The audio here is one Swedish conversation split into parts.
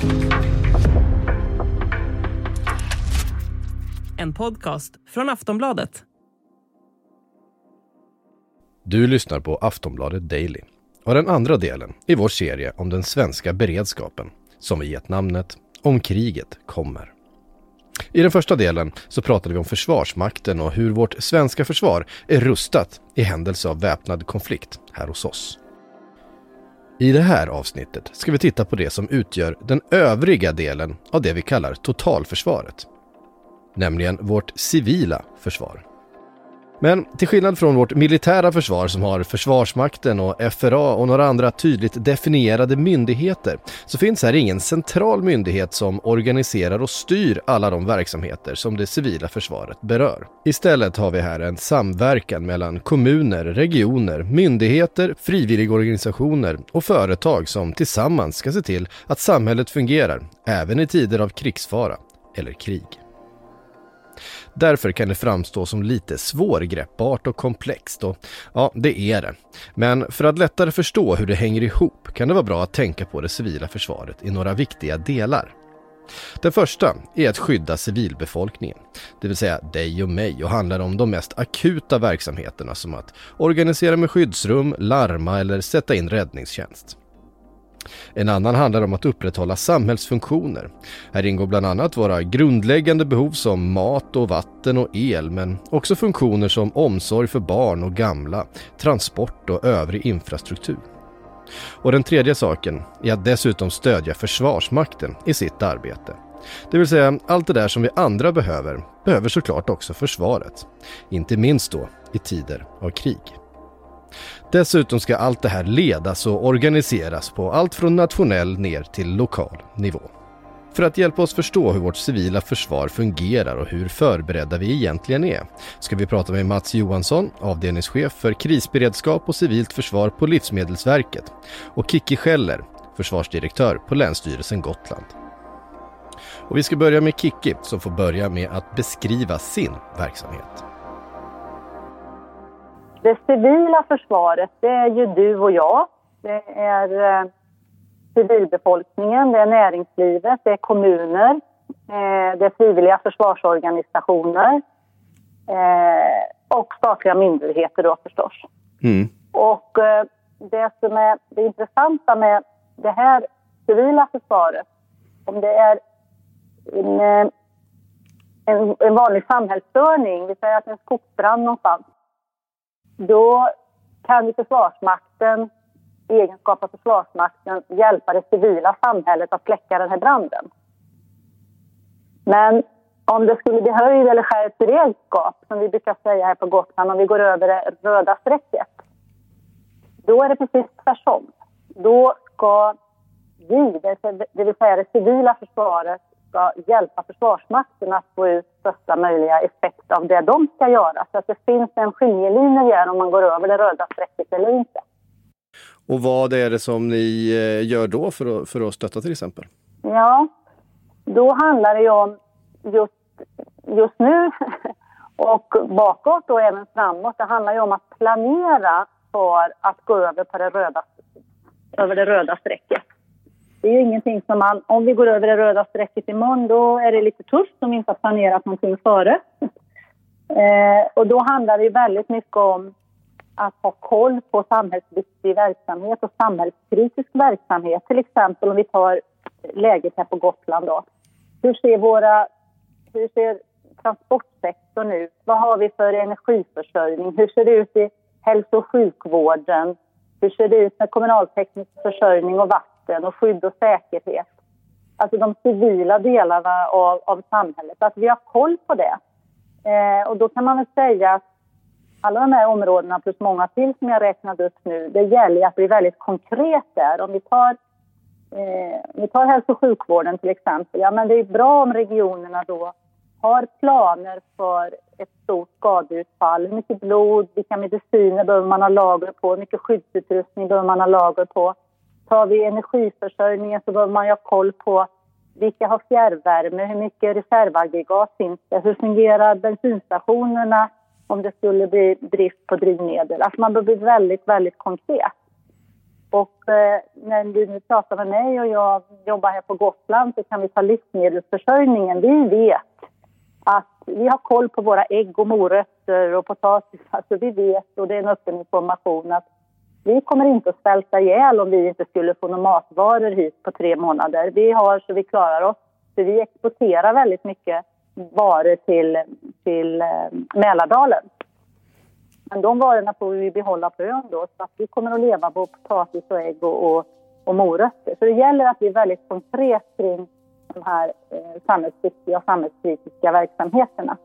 En podcast från Aftonbladet. Du lyssnar på Aftonbladet Daily och den andra delen i vår serie om den svenska beredskapen som vi gett namnet Om kriget kommer. I den första delen så pratade vi om Försvarsmakten och hur vårt svenska försvar är rustat i händelse av väpnad konflikt här hos oss. I det här avsnittet ska vi titta på det som utgör den övriga delen av det vi kallar totalförsvaret, nämligen vårt civila försvar. Men till skillnad från vårt militära försvar som har Försvarsmakten och FRA och några andra tydligt definierade myndigheter, så finns här ingen central myndighet som organiserar och styr alla de verksamheter som det civila försvaret berör. Istället har vi här en samverkan mellan kommuner, regioner, myndigheter, frivilligorganisationer och företag som tillsammans ska se till att samhället fungerar även i tider av krigsfara eller krig. Därför kan det framstå som lite svårgreppbart och komplext och ja, det är det. Men för att lättare förstå hur det hänger ihop kan det vara bra att tänka på det civila försvaret i några viktiga delar. Den första är att skydda civilbefolkningen, det vill säga dig och mig, och handlar om de mest akuta verksamheterna som att organisera med skyddsrum, larma eller sätta in räddningstjänst. En annan handlar om att upprätthålla samhällsfunktioner. Här ingår bland annat våra grundläggande behov som mat och vatten och el, men också funktioner som omsorg för barn och gamla, transport och övrig infrastruktur. Och den tredje saken är att dessutom stödja Försvarsmakten i sitt arbete. Det vill säga allt det där som vi andra behöver såklart också försvaret. Inte minst då i tider av krig. Dessutom ska allt det här ledas och organiseras på allt från nationell ner till lokal nivå. För att hjälpa oss förstå hur vårt civila försvar fungerar och hur förberedda vi egentligen är ska vi prata med Mats Johansson, avdelningschef för krisberedskap och civilt försvar på Livsmedelsverket, och Kicki Scheller, försvarsdirektör på Länsstyrelsen Gotland. Och vi ska börja med Kicki som får börja med att beskriva sin verksamhet. Det civila försvaret, det är ju du och jag. Det är civilbefolkningen, det är näringslivet, det är kommuner, det är frivilliga försvarsorganisationer och statliga myndigheter då förstås. Mm. Och det som är det intressanta med det här civila försvaret, om det är en vanlig samhällsstörning, vi säger att en skogsbrand någonstans, då kan ju Försvarsmakten, i egenskap av Försvarsmakten, hjälpa det civila samhället att släcka den här branden. Men om det skulle bli höjd eller skärpt beredskap, som vi brukar säga här på Gotland, om vi går över det röda strecket, då är det precis tvärtom. Då ska vi, det vill säga det civila försvaret, ska hjälpa Försvarsmakten att få ut största möjliga effekt av det de ska göra. Så att det finns en skiljelinje här om man går över det röda strecket eller inte. Och vad är det som ni gör då för att stötta till exempel? Ja, då handlar det ju om just nu och bakåt och även framåt. Det handlar ju om att planera för att gå över på det röda strecket. Det är ju ingenting som om vi går över det röda strecket imorgon, då är det lite tufft om vi inte har planerat någonting före. Och då handlar det ju väldigt mycket om att ha koll på samhällsviktig verksamhet och samhällskritisk verksamhet. Till exempel om vi tar läget här på Gotland då. Hur ser transportsektorn ut? Vad har vi för energiförsörjning? Hur ser det ut i hälso- och sjukvården? Hur ser det ut med kommunalteknisk försörjning och vatten och skydd och säkerhet? Alltså de civila delarna av samhället. Att vi har koll på det. Och då kan man väl säga att alla de här områdena plus många till som jag räknade upp nu, det gäller att bli väldigt konkret där. Om vi tar hälso- och sjukvården till exempel. Ja, men det är bra om regionerna då har planer för ett stort skadeutfall. Hur mycket blod, vilka mediciner behöver man ha lager på, hur mycket skyddsutrustning behöver man ha lager på. Tar vi energiförsörjningen så behöver man ha koll på vilka har fjärrvärme, hur mycket reservaggregat finns det, hur fungerar bensinstationerna om det skulle bli brist på drivmedel. Alltså man behöver bli väldigt, väldigt konkret. Och när du nu pratar med mig och jag jobbar här på Gotland så kan vi ta livsmedelsförsörjningen. Vi vet att vi har koll på våra ägg och morötter och potatis. Alltså vi vet, och det är en öppen information, att vi kommer inte att svälta ihjäl om vi inte skulle få några matvaror hit på 3 månader. Vi har så vi klarar oss. Så vi exporterar väldigt mycket varor till Mälardalen. Men de varorna får vi behålla på ön då, så att vi kommer att leva på potatis och ägg och morötter. Så det gäller att vi är väldigt konkret kring de här samhällsviktiga och samhällskritiska verksamheterna.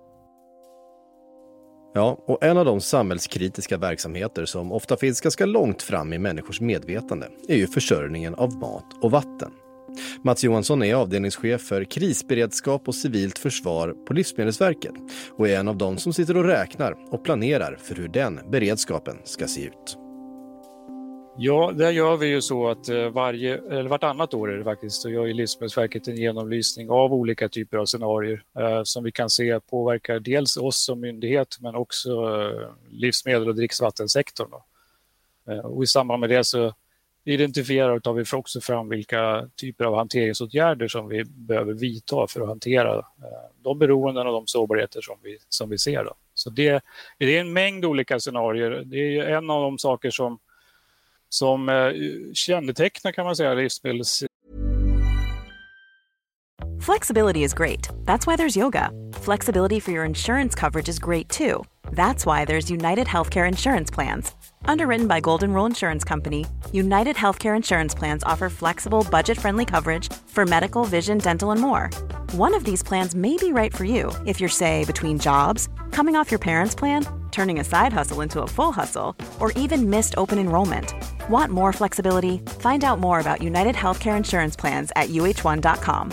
Ja, och en av de samhällskritiska verksamheter som ofta finns ganska långt fram i människors medvetande är ju försörjningen av mat och vatten. Mats Johansson är avdelningschef för krisberedskap och civilt försvar på Livsmedelsverket och är en av de som sitter och räknar och planerar för hur den beredskapen ska se ut. Ja, där gör vi ju så att vartannat år är det faktiskt, så gör ju Livsmedelsverket en genomlysning av olika typer av scenarier som vi kan se påverkar dels oss som myndighet men också livsmedel- och dricksvattensektorn. Och i samband med det så identifierar och tar vi också fram vilka typer av hanteringsåtgärder som vi behöver vidta för att hantera de beroenden och de sårbarheter som vi ser. Då. Så det är en mängd olika scenarier. Det är en av de saker som kännetecknar, kan man säga, livsmedels. Flexibility is great. That's why there's yoga. Flexibility for your insurance coverage is great too. That's why there's United Healthcare Insurance Plans. Underwritten by Golden Rule Insurance Company, United Healthcare Insurance Plans offer flexible, budget-friendly coverage for medical, vision, dental, and more. One of these plans may be right for you if you're, say, between jobs, coming off your parents' plan, turning a side hustle into a full hustle, or even missed open enrollment. Want more flexibility? Find out more about United Healthcare Insurance Plans at uh1.com.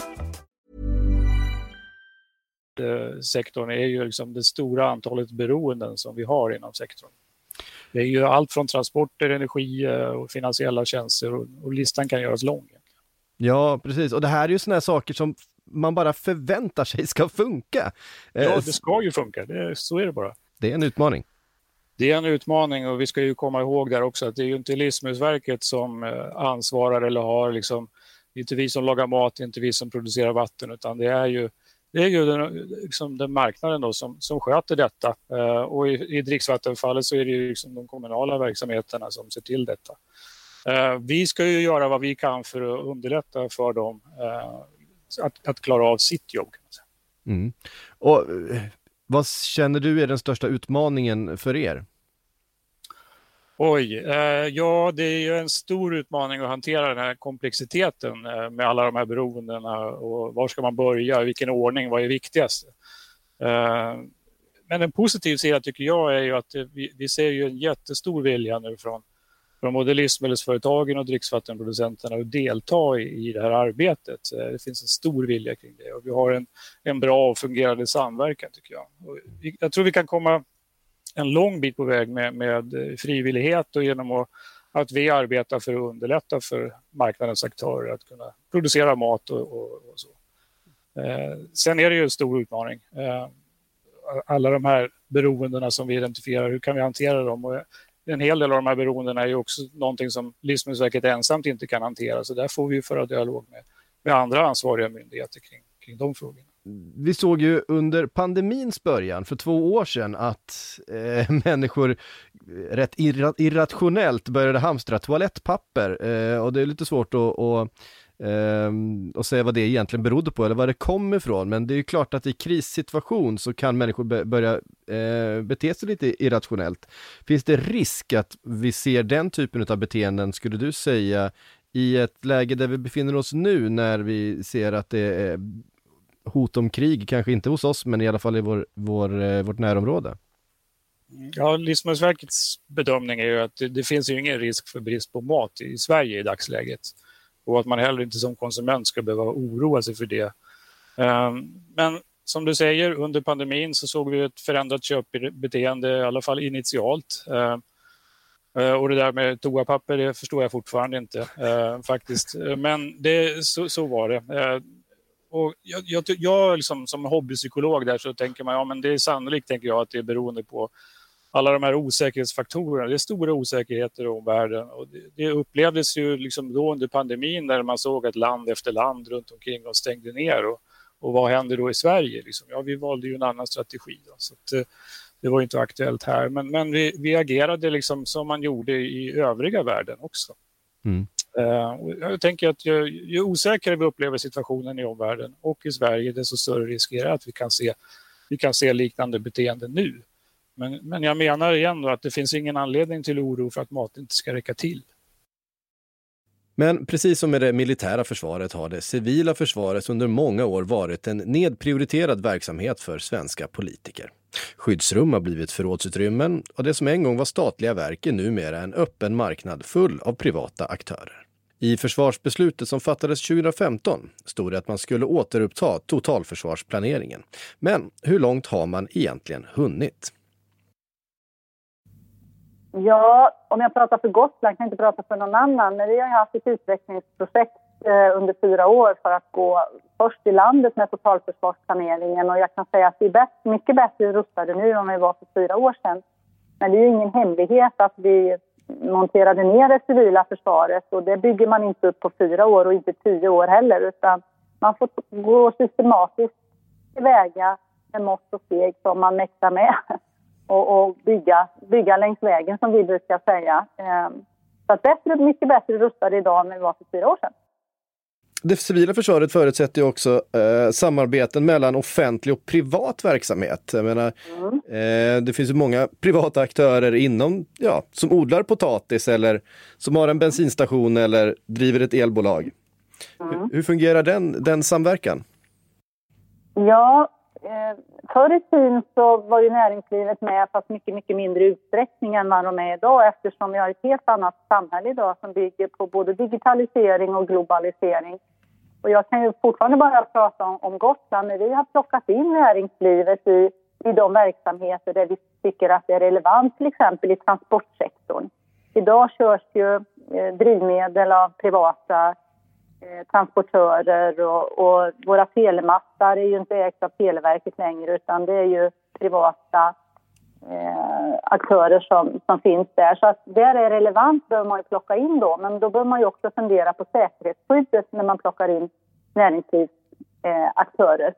Sektorn är ju liksom det stora antalet beroenden som vi har inom sektorn. Det är ju allt från transporter, energi och finansiella tjänster och listan kan göras lång. Ja, precis. Och det här är ju såna här saker som man bara förväntar sig ska funka. Ja, det ska ju funka. Så är det bara. Det är en utmaning. Det är en utmaning och vi ska ju komma ihåg där också att det är ju inte Livsmedelsverket som ansvarar eller har liksom, det är inte vi som lagar mat, det är inte vi som producerar vatten, utan det är ju den marknaden då som sköter detta. Och i dricksvattenfallet så är det ju liksom de kommunala verksamheterna som ser till detta. Vi ska ju göra vad vi kan för att underlätta för dem att klara av sitt jobb. Kan man säga. Mm. Och vad känner du är den största utmaningen för er? Ja, det är ju en stor utmaning att hantera den här komplexiteten med alla de här beroendena och var ska man börja, i vilken ordning, vad är viktigast? Men en positiv sida tycker jag är ju att vi ser ju en jättestor vilja nu från både livsmedelsföretagen och dricksvattenproducenterna att delta i det här arbetet. Det finns en stor vilja kring det och vi har en bra och fungerande samverkan tycker jag. Och jag tror vi kan komma en lång bit på väg med frivillighet och genom att vi arbetar för att underlätta för marknadens aktörer att kunna producera mat och så. Sen är det ju en stor utmaning. Alla de här beroendena som vi identifierar, hur kan vi hantera dem? Och en hel del av de här beroendena är ju också någonting som Livsmedelsverket ensamt inte kan hantera. Så där får vi föra dialog med andra ansvariga myndigheter kring de frågorna. Vi såg ju under pandemins början för 2 år sedan att människor rätt irrationellt började hamstra toalettpapper och det är lite svårt att säga vad det egentligen berodde på eller vad det kom ifrån, men det är ju klart att i krissituation så kan människor börja bete sig lite irrationellt. Finns det risk att vi ser den typen av beteenden, skulle du säga, i ett läge där vi befinner oss nu när vi ser att det är hot om krig, kanske inte hos oss men i alla fall i vårt närområde? Ja, Livsmedelsverkets bedömning är ju att det finns ju ingen risk för brist på mat i Sverige i dagsläget. Och att man heller inte som konsument ska behöva oroa sig för det. Men som du säger, under pandemin så såg vi ett förändrat köpbeteende, i alla fall initialt. Och det där med toapapper, det förstår jag fortfarande inte faktiskt. Men så var det. Och jag liksom, som hobbypsykolog där så tänker man, ja men det är sannolikt tänker jag att det är beroende på alla de här osäkerhetsfaktorerna. Det är stora osäkerheter i omvärlden och det upplevdes ju liksom då under pandemin när man såg att land efter land runt omkring oss stängde ner och vad händer då i Sverige? Liksom? Ja, vi valde ju en annan strategi då, så att, det var inte aktuellt här. Men vi agerade liksom som man gjorde i övriga världen också. Jag tänker att ju osäkrare vi upplever situationen i omvärlden och i Sverige, desto större risk är det att vi kan se liknande beteenden nu. Men jag menar igen då att det finns ingen anledning till oro för att maten inte ska räcka till. Men precis som med det militära försvaret har det civila försvaret under många år varit en nedprioriterad verksamhet för svenska politiker. Skyddsrum har blivit förrådsutrymmen och det som en gång var statliga verk är numera en öppen marknad full av privata aktörer. I försvarsbeslutet som fattades 2015 stod det att man skulle återuppta totalförsvarsplaneringen. Men hur långt har man egentligen hunnit? Ja, om jag pratar för Gotland kan jag inte prata för någon annan. Men vi har haft ett utvecklingsprojekt under 4 år för att gå först i landet med totalförsvarsplaneringen. Och jag kan säga att vi är mycket bättre rustade nu än vi var för 4 år sedan. Men det är ju ingen hemlighet att vi monterade ner det civila försvaret. Och det bygger man inte upp på 4 år och inte 10 år heller. Utan man får gå systematiskt tillväga med mått och steg som man mäktar med. Och bygga längs vägen som vi brukar säga. Så att mycket bättre rustade idag än vi var för 4 år sedan. Det civila försvaret förutsätter ju också samarbeten mellan offentlig och privat verksamhet. Jag menar, det finns ju många privata aktörer inom, som odlar potatis eller som har en bensinstation eller driver ett elbolag. Hur fungerar den samverkan? Ja, förr i tiden så var ju näringslivet med fast mycket, mycket mindre utsträckning än vad de är idag, eftersom vi har ett helt annat samhälle idag som bygger på både digitalisering och globalisering. Och jag kan ju fortfarande bara prata om Gotland, men vi har plockat in näringslivet i de verksamheter där vi tycker att det är relevant, till exempel i transportsektorn. Idag körs ju drivmedel av privata transportörer och våra telemattar är ju inte ägt av Televerket längre, utan det är ju privata aktörer som finns där. Så att där är relevant bör man ju plocka in då, men då bör man ju också fundera på säkerhetsskyddet när man plockar in näringslivsaktörer.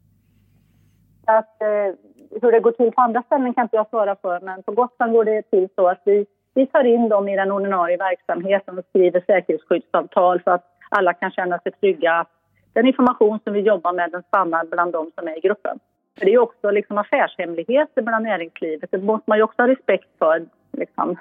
Så att hur det går till på andra ställen kan inte jag svara för, men på Gotland går det till så att vi tar in dem i den ordinarie verksamheten och skriver säkerhetsskyddsavtal så att alla kan känna sig trygga att den information som vi jobbar med den stannar bland de som är i gruppen. För det är ju också liksom affärshemligheter bland näringslivet. Det måste man ju också ha respekt för. Liksom.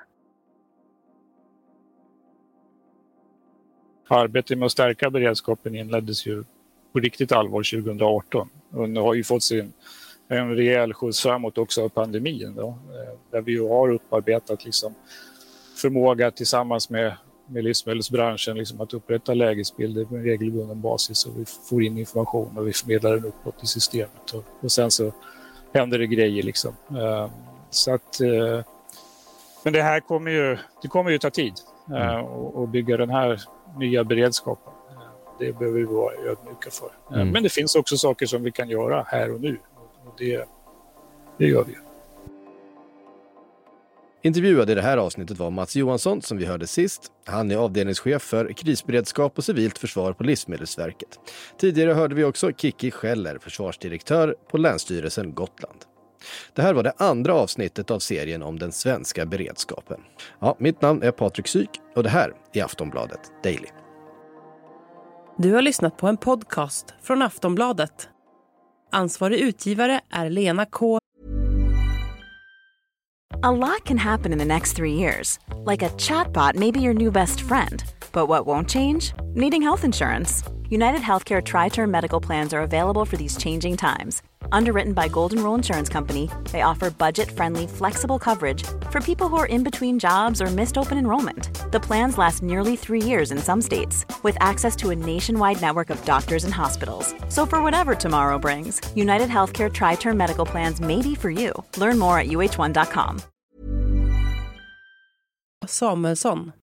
Arbetet med att stärka beredskapen inleddes ju på riktigt allvar 2018. Och nu har ju fått en rejäl skjuts framåt också av pandemin. Då, där vi ju har upparbetat liksom förmåga tillsammans med livsmedelsbranschen liksom att upprätta lägesbilder på en regelbunden basis, och vi får in information och vi förmedlar den uppåt i systemet och sen så händer det grejer liksom. Så att men det här kommer ju ta tid och bygga den här nya beredskapen. Det behöver vi vara ödmjuka för. Men det finns också saker som vi kan göra här och nu, och det gör vi. Intervjuad i det här avsnittet var Mats Johansson, som vi hörde sist. Han är avdelningschef för krisberedskap och civilt försvar på Livsmedelsverket. Tidigare hörde vi också Kiki Scheller, försvarsdirektör på Länsstyrelsen Gotland. Det här var det andra avsnittet av serien om den svenska beredskapen. Ja, mitt namn är Patrik Syk och det här är Aftonbladet Daily. Du har lyssnat på en podcast från Aftonbladet. Ansvarig utgivare är Lena K. A lot can happen in the next 3 years. Like a chatbot may be your new best friend. But what won't change? Needing health insurance. United Healthcare Tri-Term Medical Plans are available for these changing times. Underwritten by Golden Rule Insurance Company, they offer budget-friendly, flexible coverage for people who are in between jobs or missed open enrollment. The plans last nearly 3 years in some states, with access to a nationwide network of doctors and hospitals. So for whatever tomorrow brings, United Healthcare Tri-Term Medical Plans may be for you. Learn more at uh1.com. Samuelsson.